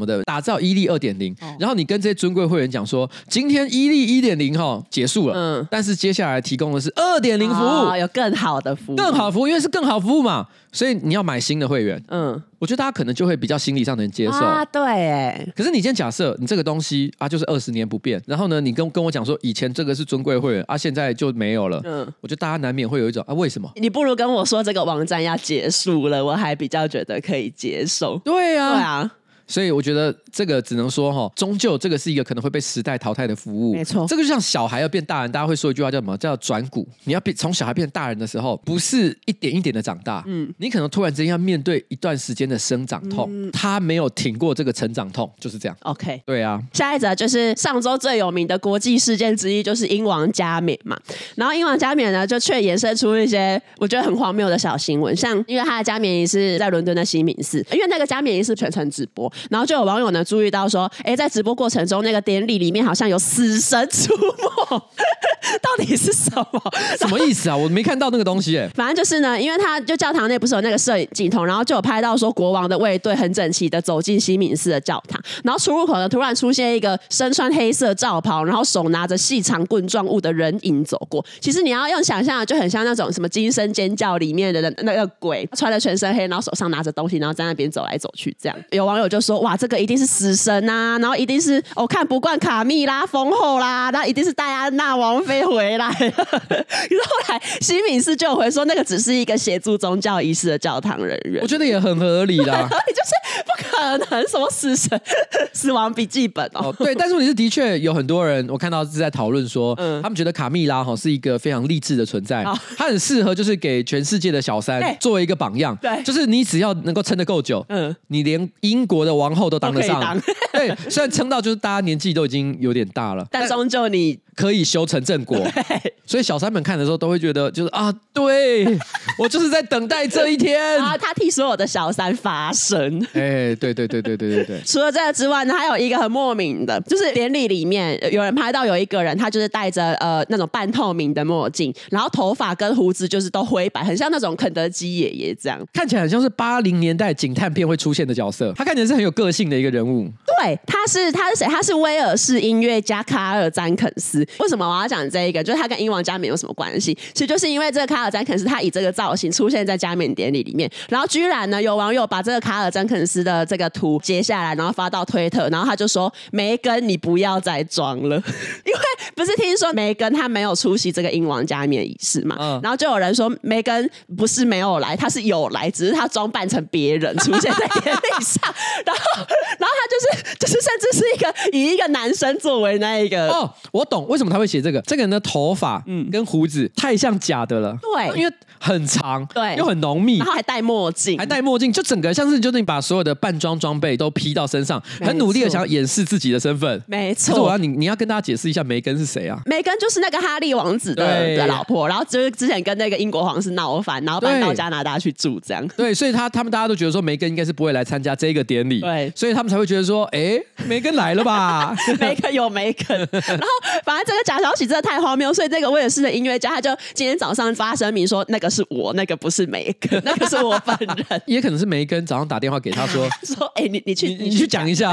的，打造伊利 2.0，然后你跟这些尊贵会员讲说，今天伊利 1.0 结束了，但是接下来提供的是2.0服务， 有更好的服务， 更好的服务，因为是更好服务嘛，所以你要买新的会员。我觉得大家可能就会比较心理上能接受啊，对哎。 可是你今天假设你这个东西啊，就是20年不变，然后呢，你跟我讲说以前这个是尊贵会员啊，现在就没有了，我觉得大家难免会有一种啊，为什么？ 你不如跟我说这个网站要结束了，我还比较觉得可以接受。 对啊， 对啊。 所以我觉得这个只能说终究这个是一个可能会被时代淘汰的服务。 没错， 这个就像小孩要变大人，大家会说一句话叫什么？叫转骨。你要从小孩变大人的时候，不是一点一点的长大，你可能突然之间要面对一段时间的生长痛，他没有挺过这个成长痛，就是这样。 OK， 对啊。 下一则就是上周最有名的国际事件之一，就是英王加冕嘛。然后英王加冕呢，就却衍生出一些我觉得很荒谬的小新闻，像因为他的加冕仪式在伦敦的西敏寺，因为那个加冕仪式全程直播。然后就有网友呢注意到说，在直播过程中那个典礼里面好像有死神出没，到底是什么？ 什么意思啊？我没看到那个东西反正就是呢，因为他就教堂内不是有那个摄影镜头，然后就有拍到说国王的卫队很整齐的走进西敏寺的教堂，然后出入口呢突然出现一个身穿黑色罩袍，然后手拿着细长棍状物的人影走过。其实你要用想象的，就很像那种什么惊声尖叫里面的那个鬼，穿了全身黑，然后手上拿着东西，然后在那边走来走去这样。有网友就说，哇，这个一定是死神啊，然后一定是看不惯卡蜜拉封后啦，然后一定是戴安娜王妃回来了。可是后来西敏寺就有回说，那个只是一个协助宗教仪式的教堂人员。 我觉得也很合理啦， 就是不可能什么死神死亡笔记本对，但是问题是的确有很多人我看到是在讨论说，他们觉得卡蜜拉是一个非常励志的存在，他很适合就是给全世界的小三作为一个榜样。 对， 就是你只要能够撑得够久，你连英国的王后都当得上。对，虽然撑到就是大家年纪都已经有点大了， 但终究你可以修成正果。所以小三们看的时候都会觉得就是啊，对，我就是在等待这一天啊，他替所有的小三发声。 对。 除了这个之外呢，还有一个很莫名的，就是典礼里面有人拍到有一个人，他就是戴着那种半透明的墨镜，然后头发跟胡子就是都灰白，很像那种肯德基爷爷这样， 看起来很像是80年代警探片会出现的角色。他看起来是很有个性的一个人物。 对，他是谁？他是威尔士音乐家卡尔詹肯斯。为什么我要讲这一个？就是他跟英王加冕有什么关系？其实就是因为这个卡尔詹肯斯他以这个造型出现在加冕典礼里面，然后居然呢有网友把这个卡尔詹肯斯的这个图截下来，然后发到推特，然后他就说梅根你不要再装了，因为不是听说梅根他没有出席这个英王加冕仪式嘛，然后就有人说梅根不是没有来，他是有来，只是他装扮成别人出现在典礼上，然后他就是甚至是以一个男生作为那一个我懂为什么他会写这个。这个人的头发跟胡子太像假的了， 对， 因为很长， 对， 又很浓密， 然后还戴墨镜， 就整个像是就是你把所有的扮装装备都披到身上，很努力的想要掩饰自己的身份。 没错。 可是你要跟大家解释一下梅根是谁啊？ 梅根就是那个哈利王子的老婆，然后就是之前跟那个英国皇室闹翻，然后搬到加拿大去住这样。 对，所以他们大家都觉得说梅根应该是不会来参加这个典礼， 对， 所以他们才会觉得说，梅根来了吧？ 梅根有梅根，然后反正这个假消息真的太荒谬，所以这个威尔士的音乐家他就今天早上发声明说，那个是我，那个不是梅根，那个是我本人。 也可能是梅根早上打电话给他说你去讲一下。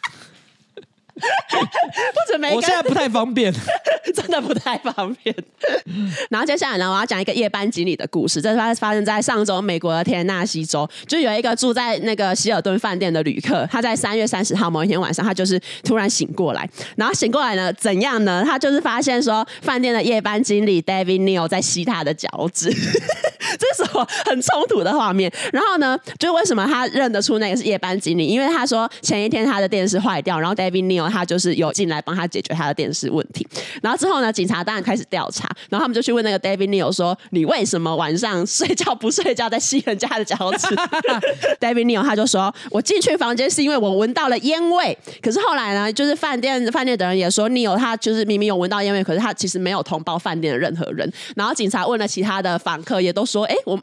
或者梅根， 我现在不太方便， 真的不太方便。然后接下来呢，我要讲一个夜班经理的故事。这是发生在上周美国的田纳西州，就有一个住在那个希尔顿饭店的旅客，他在3月30号某一天晚上，他就是突然醒过来，然后醒过来呢，怎样呢？他就是发现说，饭店的夜班经理 David Neal 在吸他的脚趾。这是什么很冲突的画面？然后呢，就为什么他认得出那个是夜班经理？因为他说前一天他的电视坏掉，然后 David Neal 他就是有进来帮他解决他的电视问题。然后之后呢，警察当然开始调查，然后他们就去问那个 David Neal 说：“你为什么晚上睡觉不睡觉，在吸人家的脚趾？” David Neal 他就说：“我进去房间是因为我闻到了烟味。”可是后来呢，就是饭店的人也说 Neal 他就是明明有闻到烟味，可是他其实没有通报饭店的任何人。然后警察问了其他的访客，也都说：“我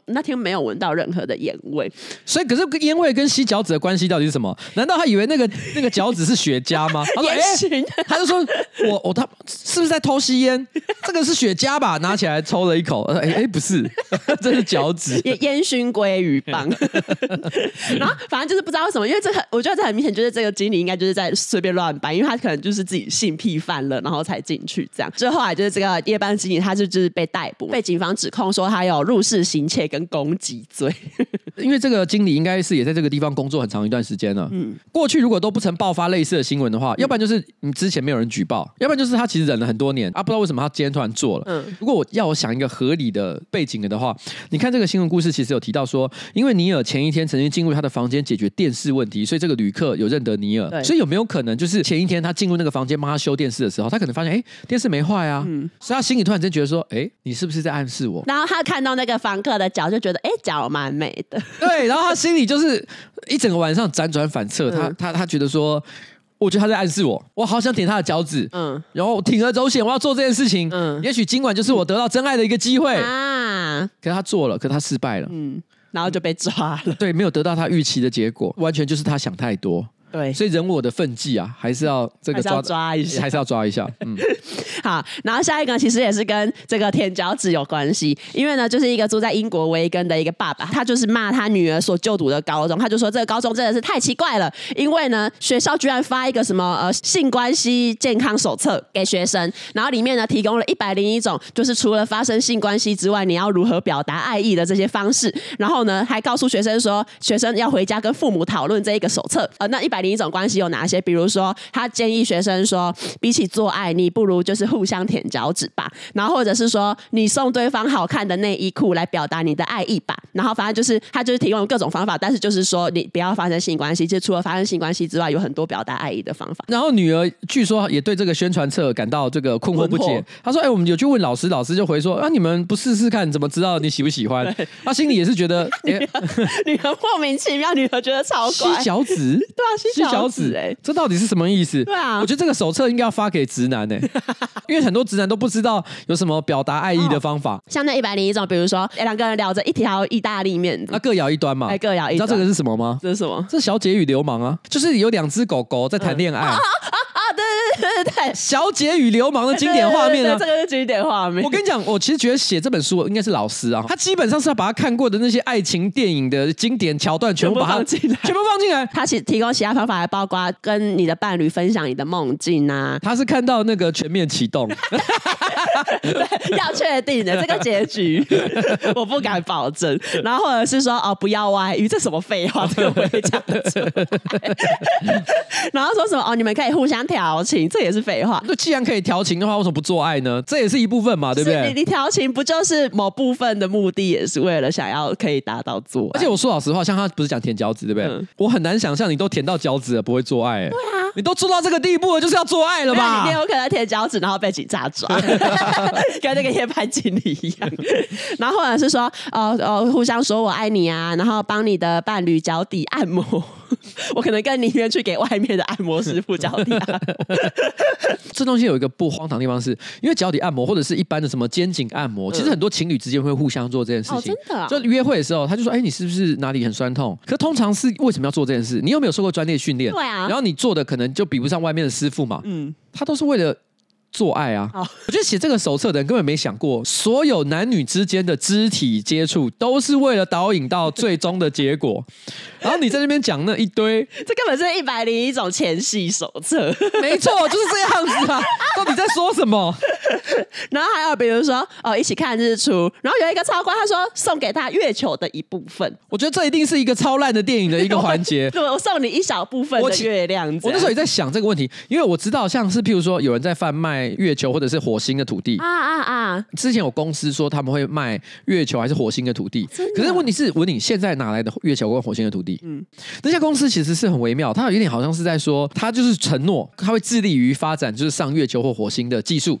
那天没有闻到任何的烟味。 所以可是烟味跟吸脚趾的关系到底是什么？难道他以为那个脚趾是雪茄吗？他说他就说他是不是在偷吸烟？这个是雪茄吧？拿起来抽了一口，不是，这是脚趾， 烟熏鲑鱼棒。然后反正就是不知道为什么，因为我觉得这很明显就是这个经理应该就是在随便乱搬，因为他可能就是自己性癖犯了，然后才进去这样。所以后来就是这个夜班经理他就是被逮捕，被警方指控说他有入室行窃跟攻击罪。 因为这个经理应该是也在这个地方工作很长一段时间了。过去如果都不曾爆发类似的新闻的话，要不然就是你之前没有人举报，要不然就是他其实忍了很多年啊，不知道为什么他今天突然做了。如果我想一个合理的背景的话，你看这个新闻故事其实有提到说，因为尼尔前一天曾经进入他的房间解决电视问题，所以这个旅客有认得尼尔。所以有没有可能就是前一天他进入那个房间帮他修电视的时候，他可能发现电视没坏啊，所以他心里突然间觉得说你是不是在暗示我？ 然后他看到那个房客的脚就觉得脚蛮美的。 对，然后他心里就是一整个晚上辗转反侧，他觉得说，我觉得他在暗示我好想舔他的脚趾，然后铤而走险，我要做这件事情，也许今晚就是我得到真爱的一个机会啊。可是他做了，可是他失败了， 然后就被抓了， 对，没有得到他预期的结果，完全就是他想太多。 对， 所以人我的分际啊，还是要这个抓一下， 还是要抓一下。 好，然后下一个其实也是跟这个舔脚趾有关系，因为呢，就是一个住在英国维根的一个爸爸，他就是骂他女儿所就读的高中，他就说这个高中真的是太奇怪了，因为呢，学校居然发一个什么性关系健康手册给学生，然后里面呢提供了101种，就是除了发生性关系之外，你要如何表达爱意的这些方式，然后呢还告诉学生说，学生要回家跟父母讨论这一个手册。那101种关系有哪些？比如说，他建议学生说，比起做爱，你不如就是互相舔脚趾吧。然后或者是说，你送对方好看的内衣裤来表达你的爱意吧。然后反正就是他就是提供各种方法，但是就是说你不要发生性关系。其实除了发生性关系之外，有很多表达爱意的方法。 然后女儿据说也对这个宣传册感到这个困惑不解。她说：“我们有去问老师，老师就回说你们不试试看，怎么知道你喜不喜欢？”她心里也是觉得， 女儿莫名其妙，女儿觉得超怪。 吸脚趾， 对啊，吸脚趾。 这到底是什么意思？ 对啊， 我觉得这个手册应该要发给直男因为很多直男都不知道有什么表达爱意的方法。 像那101种，比如说2个人咬着一条意大利面， 那各咬一端嘛， 各咬一端。 你知道这个是什么吗？ 这是什么？ 这是小姐与流氓啊，就是有2只狗狗在谈恋爱。 对， 小姐与流氓的经典画面啊， 这个是经典画面。 我跟你讲，我其实觉得写这本书应该是老师啊，他基本上是要把他看过的那些爱情电影的经典桥段全部放进来。他其实提供其他方法，还包括跟你的伴侣分享你的梦境啊。 他是看到那个全面启动， 对，要确定的这个结局，我不敢保证。然后或者是说不要外遇，这什么废话，这个我也讲得出来。然后说什么你们可以互相调情，这也是废话。 那既然可以调情的话，为什么不做爱呢？这也是一部分嘛，对不对？ 你调情不就是某部分的目的，也是为了想要可以达到做爱？ 而且我说老实话，像他不是讲舔脚趾，对不对？我很难想象你都舔到脚趾了不会做爱。对啊， 你都做到这个地步了，就是要做爱了吧？ 你有可能舔脚趾，然后被警察抓，跟那个夜班经理一样。然后或者是说互相说我爱你啊，然后帮你的伴侣脚底按摩。我可能更宁愿去给外面的按摩师傅脚底按摩。 这东西有一个不荒唐的地方是，因为脚底按摩或者是一般的什么肩颈按摩，其实很多情侣之间会互相做这件事情。 真的， 就约会的时候，他就说：“你是不是哪里很酸痛？”可通常是为什么要做这件事？你有没有受过专业训练？ 对啊。 然后你做的可能就比不上外面的师傅嘛。他都是为了做爱啊！我觉得写这个手册的人根本没想过，所有男女之间的肢体接触都是为了导引到最终的结果。然后你在那边讲那一堆， 这根本是101种前戏手册。 没错，就是这样子啊！到底在说什么？ 然后还有比如说一起看日出，然后有一个超乖，他说送给他月球的一部分。 我觉得这一定是一个超烂的电影的一个环节。 对，我送你一小部分的月亮。 我那时候也在想这个问题，因为我知道像是譬如说有人在贩卖月球或者是火星的土地之前有公司说他们会卖月球还是火星的土地，可是问题是现在哪来的月球跟火星的土地？那家公司其实是很微妙，他有点好像是在说他就是承诺他会致力于发展就是上月球或火星的技术，然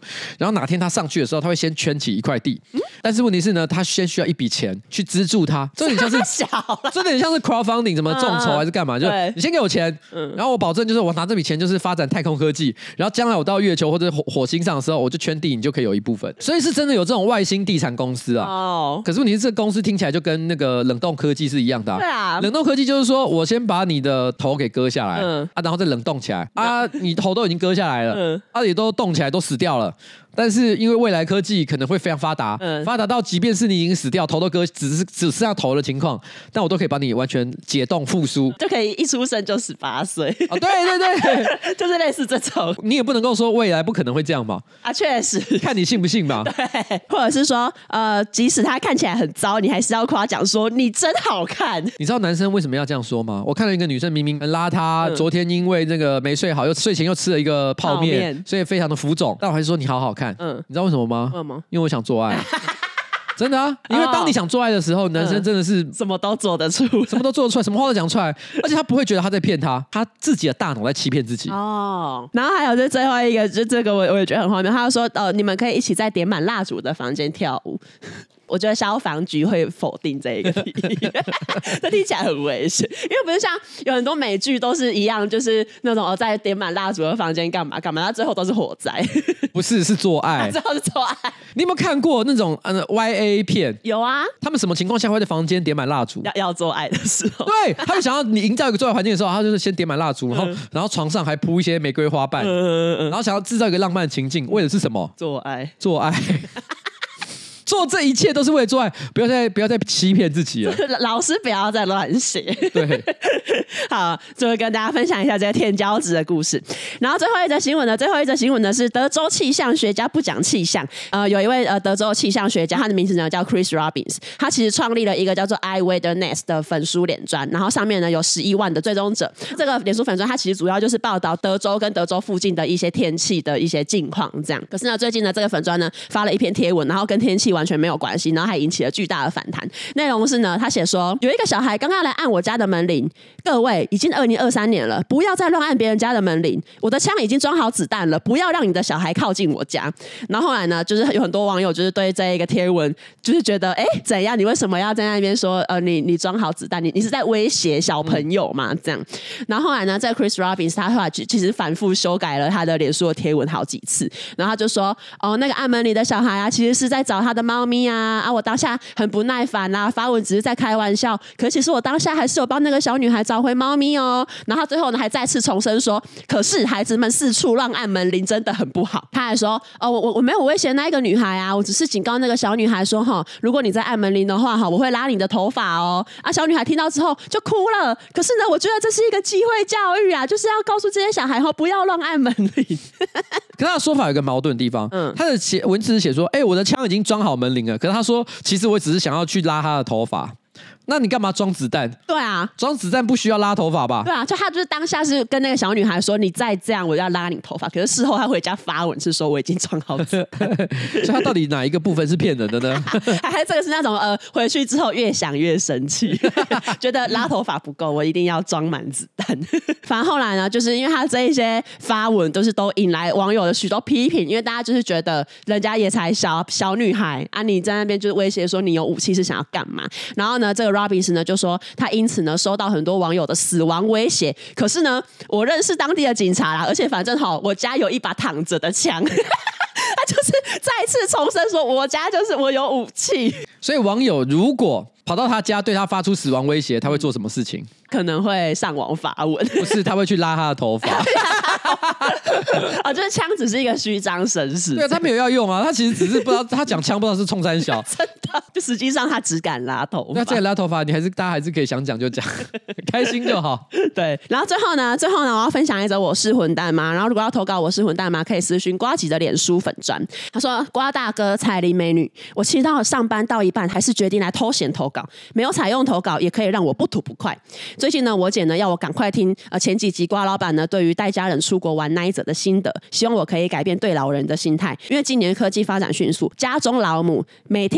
然后哪天他上去的时候，他会先圈起一块地，但是问题是呢，他先需要一笔钱去资助他，这有点像是这点像是 crowdfunding 什么众筹还是干嘛？就你先给我钱，然后我保证就是我拿这笔钱就是发展太空科技，然后将来我到月球或者火星上的时候，我就圈地，你就可以有一部分。所以是真的有这种外星地产公司啊。可是问题是这个公司听起来就跟那个冷冻科技是一样的。对啊，冷冻科技就是说我先把你的头给割下来然后再冷冻起来你头都已经割下来了也都冻起来都死掉了。但是因为未来科技可能会非常发达，发达到即便是你已经死掉，头都割，只剩下头的情况，但我都可以把你完全解冻复苏， 就可以一出生就18岁。 对对对， 就是类似这种。 你也不能够说未来不可能会这样嘛？ 确实， 看你信不信嘛。 对，或者是说，即使他看起来很糟，你还是要夸奖说你真好看。 你知道男生为什么要这样说吗？我看到一个女生明明很邋遢，昨天因为那个没睡好，又睡前又吃了一个泡面，所以非常的浮肿，但我还是说你好好看。你知道为什么吗？因为我想做爱。真的啊，因为当你想做爱的时候，男生真的是什么都做得出， 什么都做得出来，什么话都讲出来，而且他不会觉得他在骗他自己的大脑在欺骗自己。 然后还有最后一个，就这个我也觉得很荒谬。他就说你们可以一起在点满蜡烛的房间跳舞。我觉得消防局会否定这一个提议，这听起来很危险，因为不是像有很多美剧都是一样，就是那种在点满蜡烛的房间干嘛干嘛，到最后都是火灾。不是，是做爱， 最后是做爱。 你有没有看过那种YA 片？ 有啊， 他们什么情况下会在房间点满蜡烛？ 要做爱的时候。 对，他就想要你营造一个做爱环境的时候，他就是先点满蜡烛，然后床上还铺一些玫瑰花瓣，然后想要制造一个浪漫的情境，为的是什么？ 做爱， 做爱。做这一切都是为了做爱，不要再欺骗自己了。 老师不要再乱写。 对， 好，就会跟大家分享一下这个添胶质的故事。然后最后一则新闻呢是德州气象学家不讲气象。有一位德州气象学家，他的名字呢叫 Chris Robbins， 他其实创立了一个叫做 iWeatherNet 的粉书脸专，然后上面呢有11万的追踪者。这个脸书粉专它其实主要就是报道德州跟德州附近的一些天气的一些近况这样。可是呢，最近呢这个粉专呢发了一篇贴文，然后跟天气完全没有关系，然后还引起了巨大的反弹。内容是呢，他写说有一个小孩刚刚来按我家的门铃，各位已经2023年了，不要再乱按别人家的门铃，我的枪已经装好子弹了，不要让你的小孩靠近我家。然后后来呢，就是有很多网友就是对这一个贴文就是觉得怎样，你为什么要在那边说你装好子弹，你是在威胁小朋友嘛这样。然后后来呢，这个 Chris Robbins 他后来其实反复修改了他的脸书的贴文好几次，然后他就说那个按门铃的小孩啊，其实是在找他的猫咪啊，我当下很不耐烦啊，发文只是在开玩笑，可其实我当下还是有帮那个小女孩找回猫咪哦。然后他最后呢还再次重申说，可是孩子们四处乱按门铃真的很不好。他还说我没有威胁那一个女孩啊，我只是警告那个小女孩说如果你在按门铃的话我会拉你的头发哦。小女孩听到之后就哭了。可是呢，我觉得这是一个机会教育啊，就是要告诉这些小孩不要乱按门铃。 可是他的说法有一个矛盾的地方，他的文字写说我的枪已经装好门铃了，可是他说其实我只是想要去拉他的头发。那你干嘛装子弹？对啊，装子弹不需要拉头发吧？对啊，就他就是当下是跟那个小女孩说，你再这样我要拉你头发。可是事后他回家发文是说我已经装好子弹。所以他到底哪一个部分是骗人的呢？还这个是那种回去之后越想越生气，觉得拉头发不够，我一定要装满子弹。反正后来呢，就是因为他这一些发文都引来网友的许多批评，因为大家就是觉得人家也才小女孩啊，你在那边就是威胁说你有武器是想要干嘛？然后呢，这个Robbins 呢就说他因此呢收到很多网友的死亡威胁，可是呢我认识当地的警察啦，而且反正我家有一把躺着的枪。他就是再次重申说我家就是我有武器。所以网友如果跑到他家对他发出死亡威胁，他会做什么事情？可能会上网发文。不是，他会去拉他的头发。就是枪只是一个虚张声势。对，他没有要用啊，他其实只是不知道他讲枪不知道是冲三小。真的，就实际上他只敢拉头发。那这个拉头发，大家还是可以想讲就讲，开心就好。对，然后最后呢，我要分享一则我是混蛋吗？然后如果要投稿我是混蛋吗，可以私讯呱吉的脸书粉专。他说：呱大哥、彩铃美女，我其实到上班到一半，还是决定来偷闲投稿，没有采用投稿也可以让我不吐不快。最近呢，我姐呢要我赶快听前几集瓜老板呢对于带家人出国玩那一则的心得，希望我可以改变对老人的心态。因为今年科技发展迅速，家中老母每天呢都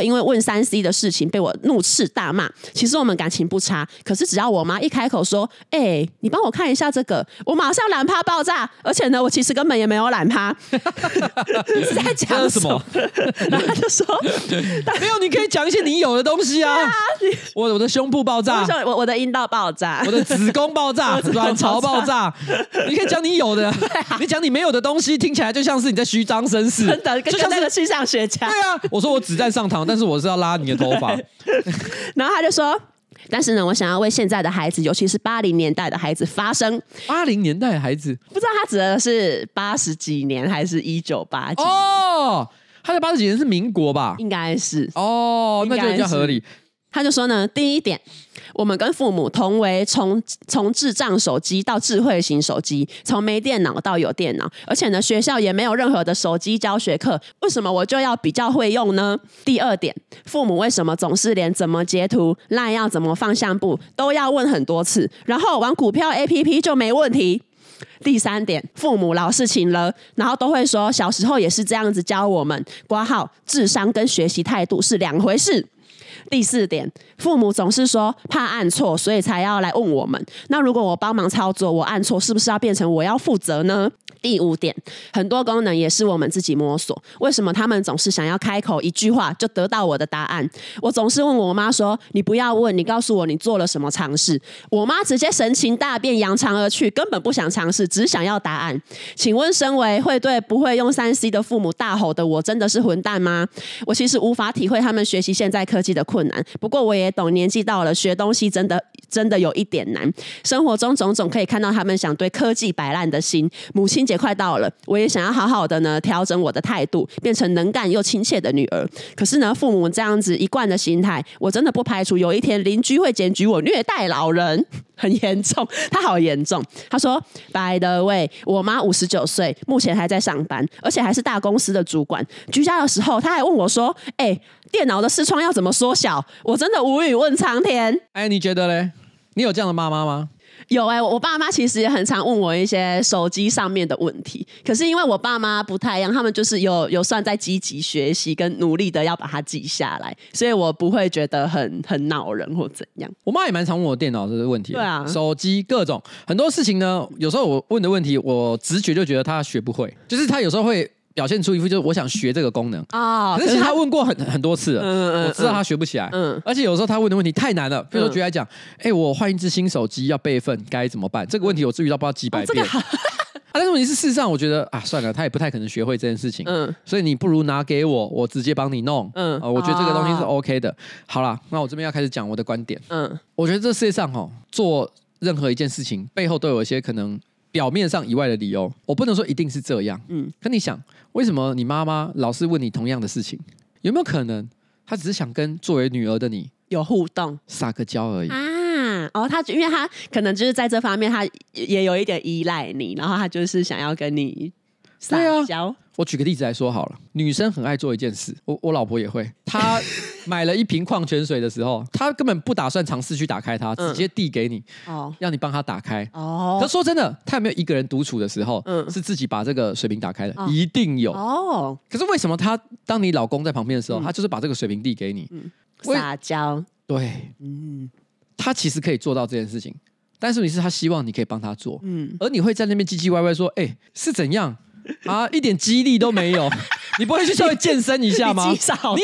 因为问3C 的事情被我怒斥大骂。其实我们感情不差，可是只要我妈一开口说你帮我看一下这个，我马上懒趴爆炸。而且呢，我其实根本也没有懒趴。是在讲什么？然后他就说没有，你可以讲一些你有的东西啊。我的胸部爆炸， 我的阴道爆炸， 我的子宫爆炸，卵巢爆炸。你可以讲你有的，你讲你没有的东西，听起来就像是你在虚张声势， 真的，就像那个气象学家。 对啊，我说我子弹上膛，但是我是要拉你的头发。 然后他就说，但是呢，我想要为现在的孩子，尤其是80年代的孩子发声。 80年代的孩子， 不知道他指的是80几年还是1980几？ 哦，他在80几年是民国吧？ 应该是哦，那就比较合理。 他就说呢，第一点，我们跟父母同为从智障手机到智慧型手机，从没电脑到有电脑，而且呢，学校也没有任何的手机教学课，为什么我就要比较会用呢？第二点，父母为什么总是连怎么截图、LINE 要怎么放相簿都要问很多次，然后玩股票 APP 就没问题？第三点，父母老是请了，然后都会说小时候也是这样子教我们，括号智商跟学习态度是2回事。第四点，父母总是说怕按错，所以才要来问我们。那如果我帮忙操作，我按错，是不是要变成我要负责呢？第五点，很多功能也是我们自己摸索，为什么他们总是想要开口一句话就得到我的答案？我总是问我妈说，你不要问，你告诉我你做了什么尝试。我妈直接神情大变，扬长而去，根本不想尝试，只想要答案。请问身为会对不会用3C 的父母大吼的我，真的是混蛋吗？我其实无法体会他们学习现在科技的困难，不过我也懂年纪到了，学东西真的有一点难。生活中种种可以看到他们想对科技摆烂的心。母亲节快到了，我也想要好好的呢调整我的态度，变成能干又亲切的女儿。可是呢，父母这样子一贯的心态，我真的不排除有一天邻居会检举我虐待老人，很严重，他好严重。他说 By the way， 我妈59岁，目前还在上班，而且还是大公司的主管。居家的时候，他还问我说：“电脑的视窗要怎么缩小？”我真的无语问苍天。 你觉得嘞？你有这样的妈妈吗？ 有我爸妈其实也很常问我一些手机上面的问题，可是因为我爸妈不太一样，他们就是有算在积极学习跟努力的要把它记下来，所以我不会觉得很恼人或怎样。 我妈也蛮常问我电脑这个问题， 对啊， 手机各种很多事情呢，有时候我问的问题，我直觉就觉得她学不会，就是她有时候会表现出一副就是我想学这个功能可是其实他问过很多次了，我知道他学不起来，而且有时候他问的问题太难了，比如说举例来讲，我换一支新手机要备份该怎么办？这个问题我遇到不知道几百遍。但是问题是，事实上我觉得算了，他也不太可能学会这件事情，所以你不如拿给我，我直接帮你弄，我觉得这个东西是 OK 的。好啦，那我这边要开始讲我的观点，我觉得这世界上做任何一件事情背后都有一些可能表面上以外的理由，我不能说一定是这样。可你想，为什么你妈妈老是问你同样的事情？有没有可能她只是想跟作为女儿的你有互动， 撒个娇而已啊？ 因为她可能就是在这方面，她也有一点依赖你，然后她就是想要跟你撒娇。 我举个例子来说好了，女生很爱做一件事，我老婆也会。她买了一瓶矿泉水的时候，她根本不打算尝试去打开它，直接递给你，要你帮她打开。可说真的，她有没有一个人独处的时候，是自己把这个水瓶打开的？一定有。可是为什么她当你老公在旁边的时候，她就是把这个水瓶递给你， 撒娇？ 对，她其实可以做到这件事情，但是你是她希望你可以帮她做，而你会在那边唧唧歪歪说，是怎样？一点激励都没有，你不会去稍微健身一下吗？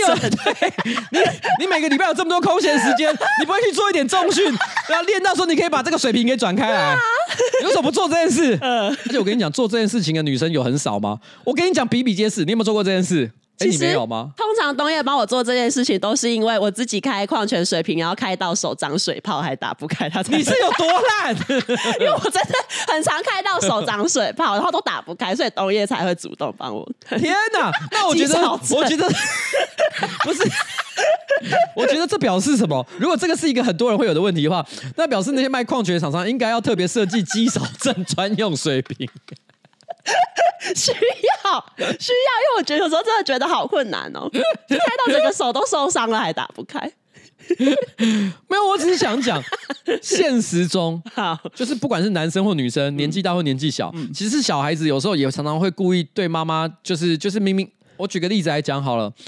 你每个礼拜有这么多空闲时间，你不会去做一点重训，然后练到说你可以把这个水瓶给转开来？你为什么不做这件事？而且我跟你讲，做这件事情的女生有很少吗？我跟你讲比比皆是，你有没有做过这件事？你没有吗？ 通常东叶帮我做这件事情，都是因为我自己开矿泉水瓶，然后开到手长水泡还打不开， 你是有多烂？ 因为我真的很常开到手长水泡，然后都打不开，所以东叶才会主动帮我。 天哪！那我觉得不是，我觉得这表示什么？如果这个是一个很多人会有的问题的话，那表示那些卖矿泉厂商应该要特别设计肌少症专用水瓶。 需要，因为我觉得有时候真的觉得好困难哦，开到整个手都受伤了还打不开。 没有，我只是想讲，现实中就是不管是男生或女生，年纪大或年纪小，其实小孩子有时候也常常会故意对妈妈，就是明明，我举个例子来讲好了。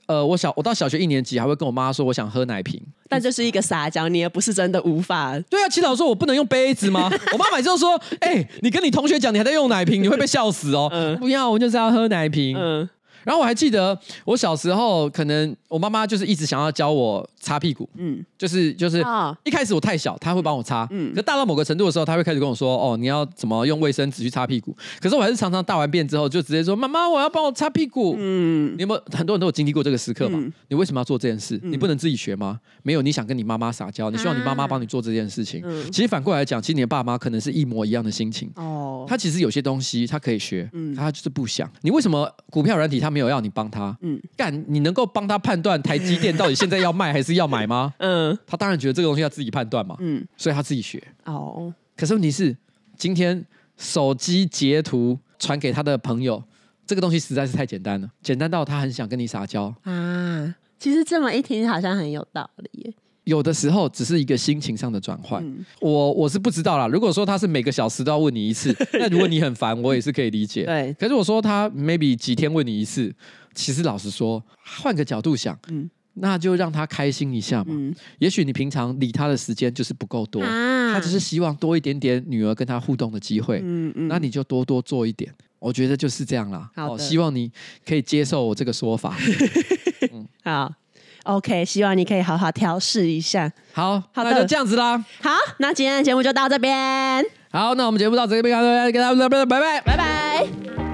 我到小学1年级还会跟我妈说我想喝奶瓶， 但这是一个撒娇，你也不是真的无法。 对啊，祈祷说我不能用杯子吗？我妈每次都说，你跟你同学讲你还在用奶瓶，你会被笑死哦。不要，我就是要喝奶瓶。然后我还记得我小时候，可能我妈妈就是一直想要教我擦屁股，就是一开始我太小，她会帮我擦，可大到某个程度的时候，她会开始跟我说，哦，你要怎么用卫生纸去擦屁股。可是我还是常常大完便之后就直接说，妈妈，我要帮我擦屁股。你有没有很多人都有经历过这个时刻嘛？你为什么要做这件事？你不能自己学吗？没有，你想跟你妈妈撒娇，你希望你妈妈帮你做这件事情。其实反过来讲，其实你的爸妈可能是一模一样的心情。他其实有些东西他可以学，他就是不想。你为什么股票软体他没有要你帮他？干，你能够帮他判断台积电到底现在要卖还是要买吗？他当然觉得这个东西要自己判断嘛，所以他自己学。可是问题是，今天手机截图传给他的朋友，这个东西实在是太简单了，简单到他很想跟你撒娇啊。 其实这么一听，好像很有道理耶。 有的时候只是一个心情上的转换，我是不知道啦。如果说他是每个小时都要问你一次，那如果你很烦，我也是可以理解。对，可是我说他 maybe 几天问你一次，其实老实说，换个角度想，那就让他开心一下嘛。也许你平常理他的时间就是不够多，他只是希望多一点点女儿跟他互动的机会，那你就多多做一点。我觉得就是这样啦。希望你可以接受我这个说法。 好。OK， 希望你可以好好调试一下。 好，那就这样子啦。 好，那今天的节目就到这边。 好，那我们节目到这边，跟大家拜拜， 拜拜。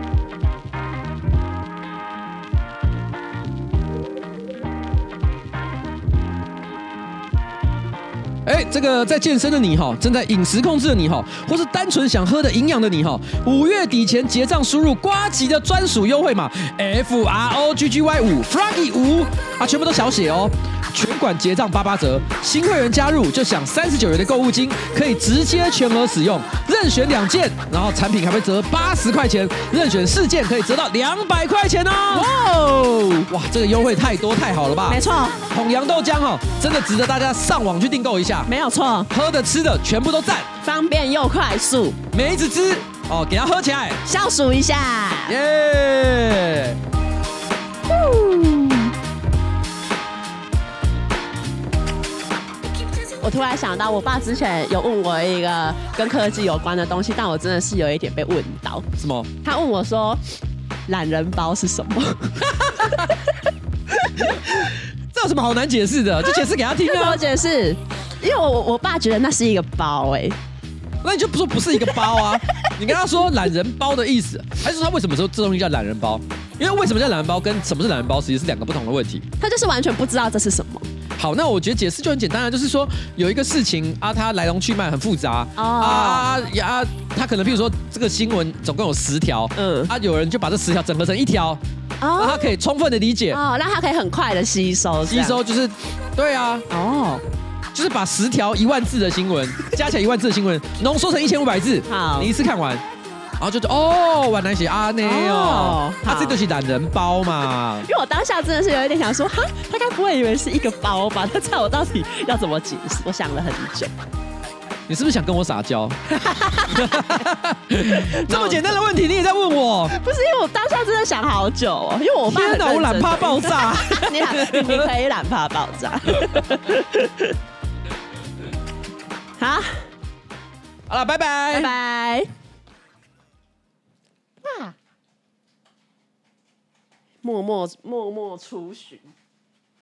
这个在健身的你哈，正在饮食控制的你哈，或是单纯想喝的营养的你哈，5月底前结账输入呱吉的专属优惠码 FROGGY5 Froggy 5啊，全部都小写哦。全馆结账88折，新会员加入就享39元的购物金，可以直接全额使用，任选2件，然后产品还会折80块钱，任选4件可以折到200块钱哦。哇，这个优惠太多太好了吧？ 没错， 统阳豆浆真的值得大家上网去订购一下。 没有错， 喝的吃的全部都赞， 方便又快速， 梅子汁给它喝起来， 消暑一下， 耶！ 我突然想到，我爸之前有问我一个跟科技有关的东西，但我真的是有一点被问到。 什么？ 他问我说：“懒人包是什么？” 这有什么好难解释的？就解释给他听啊！ 怎么解释？因为我爸觉得那是一个包那你就说不是一个包啊？你跟他说懒人包的意思，还是说他为什么说这东西叫懒人包？因为为什么叫懒人包跟什么是懒人包其实是2个不同的问题。 他就是完全不知道这是什么。 好，那我觉得解释就很简单啊，就是说有一个事情它来龙去脉很复杂他可能譬如说这个新闻总共有10条，有人就把这10条整合成1条，让他可以充分的理解， 让他可以很快的吸收就是对啊，就是把10条10000字的新闻加起来10000字的新闻浓缩成1500字，你一次看完。然后就原来是阿内他这就是懒人包嘛。 因为我当下真的是有一点想说，哈，他该不会以为是一个包吧？他猜我到底要怎么解释？我想了很久。 你是不是想跟我撒娇？这么简单的问题你也在问我？ 不是，因为我当下真的想好久因为我爸天哪，我懒怕爆炸。 你可以懒怕爆炸。好了，拜拜， 拜拜。默默出巡。